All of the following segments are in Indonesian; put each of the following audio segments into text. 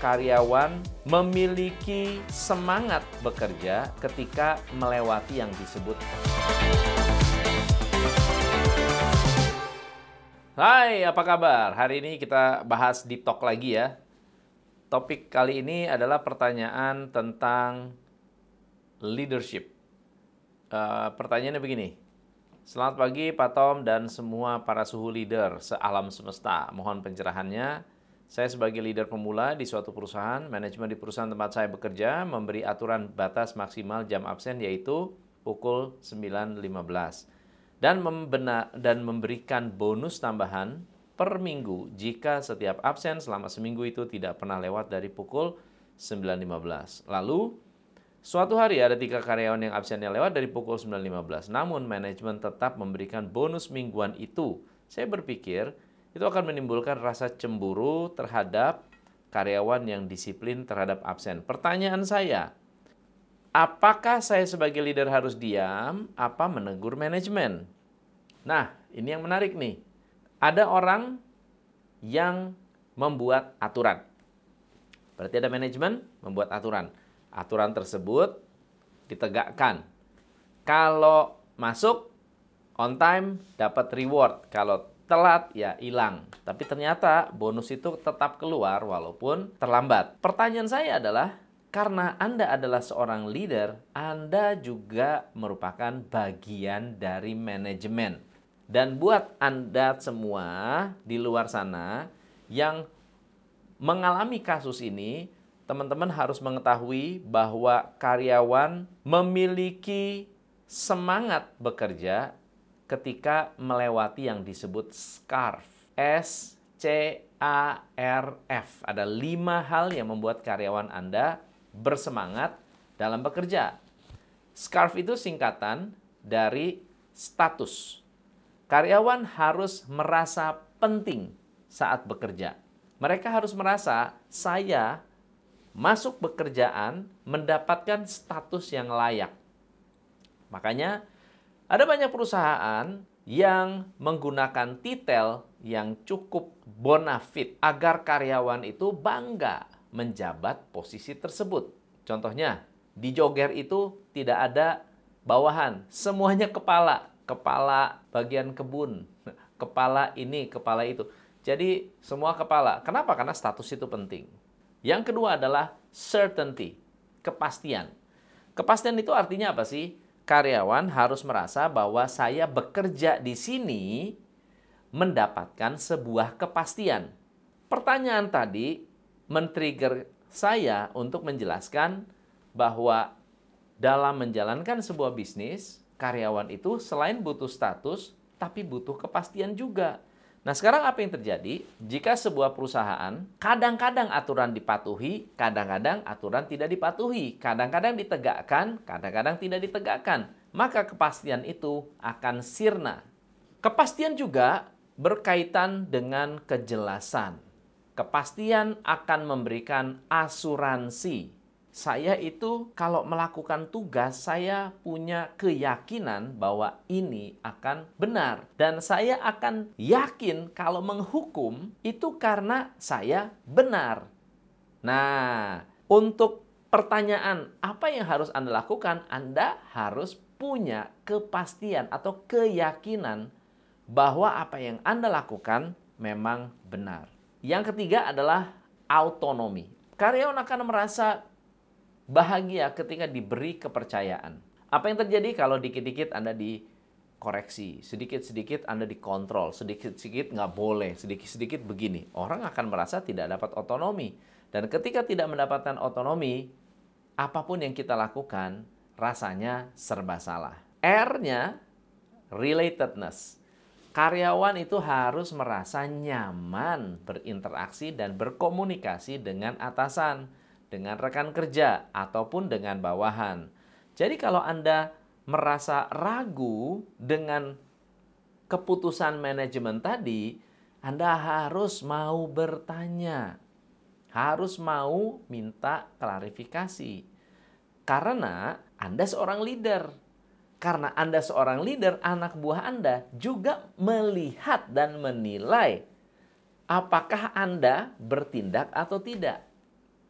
karyawan memiliki semangat bekerja ketika melewati yang disebut. Hai, apa kabar? Hari ini kita bahas Deep Talk lagi ya. Topik kali ini adalah pertanyaan tentang leadership. Pertanyaannya begini. Selamat pagi Pak Tom dan semua para suhu leader sealam semesta. Mohon pencerahannya. Saya sebagai leader pemula di suatu perusahaan, manajemen di perusahaan tempat saya bekerja memberi aturan batas maksimal jam absen yaitu pukul 9.15 dan memberikan bonus tambahan per minggu jika setiap absen selama seminggu itu tidak pernah lewat dari pukul 9.15. Lalu suatu hari ada 3 karyawan yang absennya lewat dari pukul 9.15, namun manajemen tetap memberikan bonus mingguan itu. Saya berpikir itu akan menimbulkan rasa cemburu terhadap karyawan yang disiplin terhadap absen. Pertanyaan saya, apakah saya sebagai leader harus diam, apa menegur manajemen? Nah, ini yang menarik nih. Ada orang yang membuat aturan. Berarti ada manajemen membuat aturan. Aturan tersebut ditegakkan. Kalau masuk on time dapat reward, kalau telat ya hilang. Tapi ternyata bonus itu tetap keluar walaupun terlambat. Pertanyaan saya adalah, karena Anda adalah seorang leader, Anda juga merupakan bagian dari manajemen. Dan buat Anda semua di luar sana yang mengalami kasus ini, teman-teman harus mengetahui bahwa karyawan memiliki semangat bekerja ketika melewati yang disebut SCARF. SCARF. Ada 5 hal yang membuat karyawan Anda bersemangat dalam bekerja. SCARF itu singkatan dari status. Karyawan harus merasa penting saat bekerja. Mereka harus merasa saya masuk pekerjaan mendapatkan status yang layak. Makanya ada banyak perusahaan yang menggunakan titel yang cukup bonafit agar karyawan itu bangga menjabat posisi tersebut. Contohnya, di Jogger itu tidak ada bawahan, semuanya kepala. Kepala bagian kebun, kepala ini, kepala itu. Jadi semua kepala. Kenapa? Karena status itu penting. Yang kedua adalah certainty, kepastian. Kepastian itu artinya apa sih? Karyawan harus merasa bahwa saya bekerja di sini mendapatkan sebuah kepastian. Pertanyaan tadi men-trigger saya untuk menjelaskan bahwa dalam menjalankan sebuah bisnis, karyawan itu selain butuh status, tapi butuh kepastian juga. Nah, sekarang apa yang terjadi? Jika sebuah perusahaan, kadang-kadang aturan dipatuhi, kadang-kadang aturan tidak dipatuhi, kadang-kadang ditegakkan, kadang-kadang tidak ditegakkan, maka kepastian itu akan sirna. Kepastian juga berkaitan dengan kejelasan. Kepastian akan memberikan asuransi. Saya itu kalau melakukan tugas, saya punya keyakinan bahwa ini akan benar. Dan saya akan yakin kalau menghukum itu karena saya benar. Nah, untuk pertanyaan apa yang harus Anda lakukan, Anda harus punya kepastian atau keyakinan bahwa apa yang Anda lakukan memang benar. Yang ketiga adalah autonomi. Karyawan akan merasa bahagia ketika diberi kepercayaan. Apa yang terjadi kalau dikit-dikit Anda dikoreksi, sedikit-sedikit Anda dikontrol, sedikit-sedikit nggak boleh, sedikit-sedikit begini. Orang akan merasa tidak dapat otonomi. Dan ketika tidak mendapatkan otonomi, apapun yang kita lakukan rasanya serba salah. R-nya relatedness. Karyawan itu harus merasa nyaman berinteraksi dan berkomunikasi dengan atasan, dengan rekan kerja, ataupun dengan bawahan. Jadi kalau Anda merasa ragu dengan keputusan manajemen tadi, Anda harus mau bertanya. Harus mau minta klarifikasi. Karena Anda seorang leader. Karena Anda seorang leader, anak buah Anda juga melihat dan menilai apakah Anda bertindak atau tidak.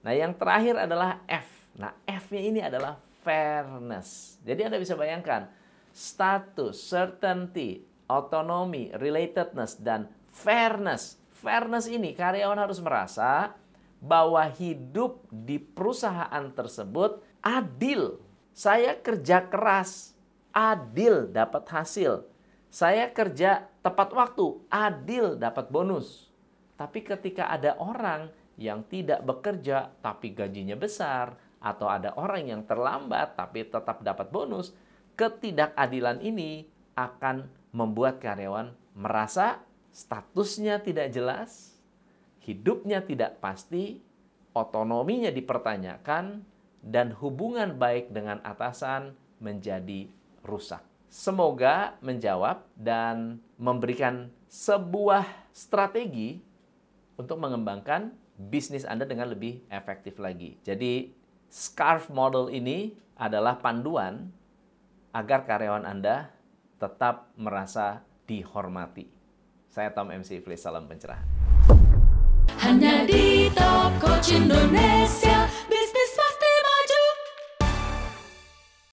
Nah, yang terakhir adalah F. Nah, F-nya ini adalah fairness. Jadi Anda bisa bayangkan, status, certainty, autonomy, relatedness, dan fairness. Fairness ini karyawan harus merasa bahwa hidup di perusahaan tersebut adil. Saya kerja keras, adil dapat hasil. Saya kerja tepat waktu, adil dapat bonus. Tapi ketika ada orang yang tidak bekerja tapi gajinya besar, atau ada orang yang terlambat tapi tetap dapat bonus, ketidakadilan ini akan membuat karyawan merasa statusnya tidak jelas, hidupnya tidak pasti, otonominya dipertanyakan, dan hubungan baik dengan atasan menjadi rusak. Semoga menjawab dan memberikan sebuah strategi untuk mengembangkan bisnis Anda dengan lebih efektif lagi. Jadi, SCARF model ini adalah panduan agar karyawan Anda tetap merasa dihormati. Saya Tom MC Iflis, salam pencerahan. Hanya di